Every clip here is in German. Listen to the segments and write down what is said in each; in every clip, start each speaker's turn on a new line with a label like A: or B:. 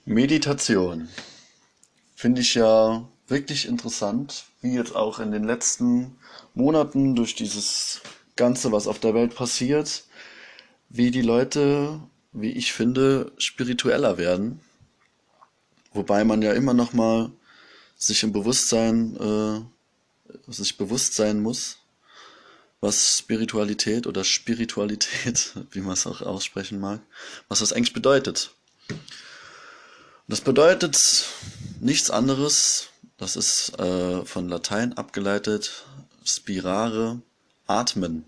A: Meditation finde ich ja wirklich interessant, wie jetzt auch in den letzten Monaten durch dieses Ganze, was auf der Welt passiert, wie die Leute, wie ich finde, spiritueller werden. Wobei man ja immer noch mal sich im Bewusstsein, sich bewusst sein muss, was Spiritualität, wie man es auch aussprechen mag, was das eigentlich bedeutet. Das bedeutet nichts anderes, das ist von Latein abgeleitet, spirare, atmen.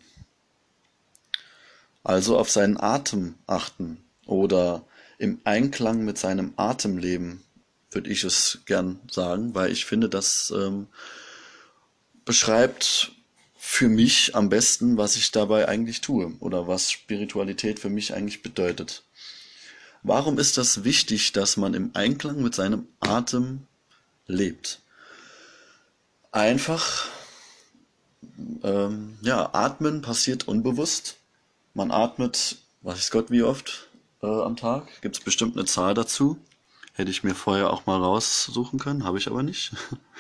A: Also auf seinen Atem achten oder im Einklang mit seinem Atem leben, würde ich es gern sagen, weil ich finde, das beschreibt für mich am besten, was ich dabei eigentlich tue oder was Spiritualität für mich eigentlich bedeutet. Warum ist das wichtig, dass man im Einklang mit seinem Atem lebt? Einfach, ja, atmen passiert unbewusst. Man atmet, weiß Gott wie oft am Tag. Gibt es bestimmt eine Zahl dazu. Hätte ich mir vorher auch mal raussuchen können, habe ich aber nicht.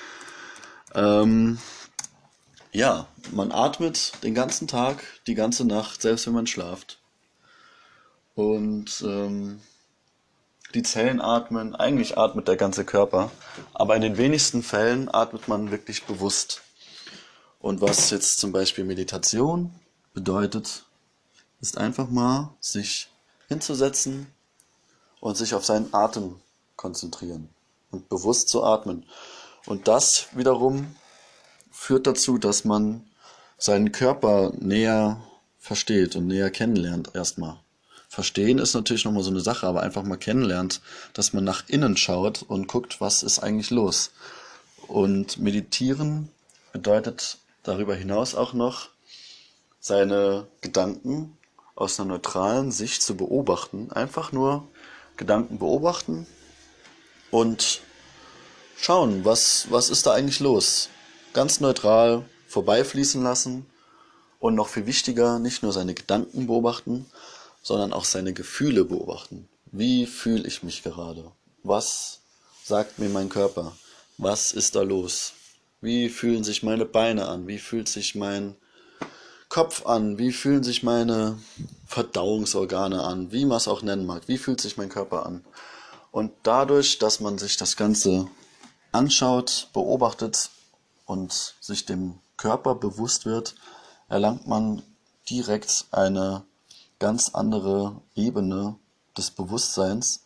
A: ähm, ja, man atmet den ganzen Tag, die ganze Nacht, selbst wenn man schlaft. Und die Zellen atmen, eigentlich atmet der ganze Körper, aber in den wenigsten Fällen atmet man wirklich bewusst. Und was jetzt zum Beispiel Meditation bedeutet, ist einfach mal sich hinzusetzen und sich auf seinen Atem konzentrieren und bewusst zu atmen. Und das wiederum führt dazu, dass man seinen Körper näher versteht und näher kennenlernt erstmal. Verstehen ist natürlich nochmal so eine Sache, aber einfach mal kennenlernt, dass man nach innen schaut und guckt, was ist eigentlich los. Und meditieren bedeutet darüber hinaus auch noch, seine Gedanken aus einer neutralen Sicht zu beobachten. Einfach nur Gedanken beobachten und schauen, was ist da eigentlich los. Ganz neutral vorbeifließen lassen und noch viel wichtiger, nicht nur seine Gedanken beobachten, sondern auch seine Gefühle beobachten. Wie fühle ich mich gerade? Was sagt mir mein Körper? Was ist da los? Wie fühlen sich meine Beine an? Wie fühlt sich mein Kopf an? Wie fühlen sich meine Verdauungsorgane an? Wie man es auch nennen mag. Wie fühlt sich mein Körper an? Und dadurch, dass man sich das Ganze anschaut, beobachtet und sich dem Körper bewusst wird, erlangt man direkt eine ganz andere Ebene des Bewusstseins.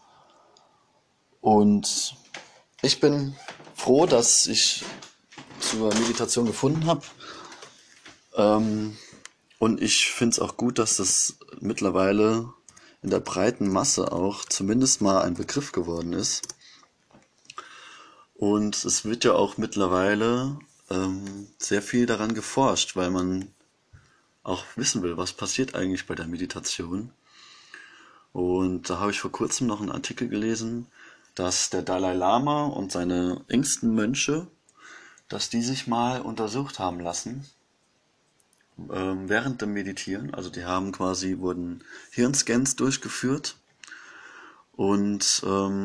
A: Und ich bin froh, dass ich zur Meditation gefunden habe. Und ich finde es auch gut, dass das mittlerweile in der breiten Masse auch zumindest mal ein Begriff geworden ist. Und es wird ja auch mittlerweile sehr viel daran geforscht, weil man auch wissen will, was passiert eigentlich bei der Meditation. Und da habe ich vor kurzem noch einen Artikel gelesen, dass der Dalai Lama und seine engsten Mönche, dass die sich mal untersucht haben lassen während dem Meditieren. Also die haben quasi, wurden Hirnscans durchgeführt und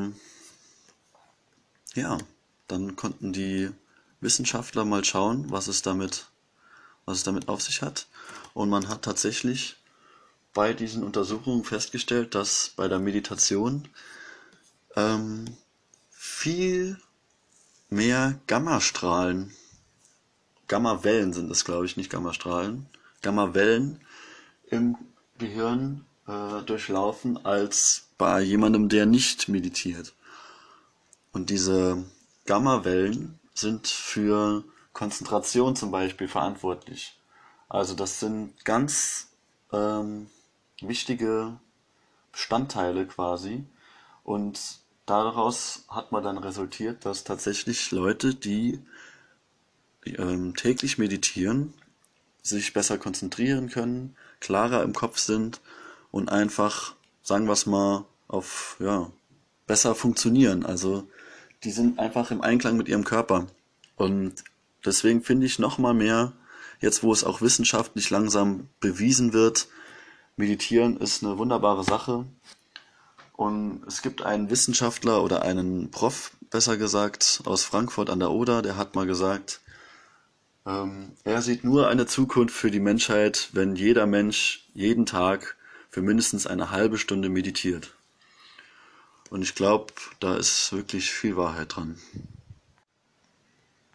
A: ja, dann konnten die Wissenschaftler mal schauen, was es damit auf sich hat. Und man hat tatsächlich bei diesen Untersuchungen festgestellt, dass bei der Meditation viel mehr Gammastrahlen, Gammawellen sind es, glaube ich, nicht Gammastrahlen, Gammawellen im Gehirn durchlaufen als bei jemandem, der nicht meditiert. Und diese Gammawellen sind für Konzentration zum Beispiel verantwortlich. Also das sind ganz wichtige Bestandteile quasi. Und daraus hat man dann resultiert, dass tatsächlich Leute, die täglich meditieren, sich besser konzentrieren können, klarer im Kopf sind und einfach, sagen wir es mal, auf, ja, besser funktionieren. Also die sind einfach im Einklang mit ihrem Körper. Und deswegen finde ich noch mal mehr, jetzt wo es auch wissenschaftlich langsam bewiesen wird, meditieren ist eine wunderbare Sache. Und es gibt einen Wissenschaftler oder einen Prof, besser gesagt, aus Frankfurt an der Oder, der hat mal gesagt, er sieht nur eine Zukunft für die Menschheit, wenn jeder Mensch jeden Tag für mindestens eine halbe Stunde meditiert. Und ich glaube, da ist wirklich viel Wahrheit dran.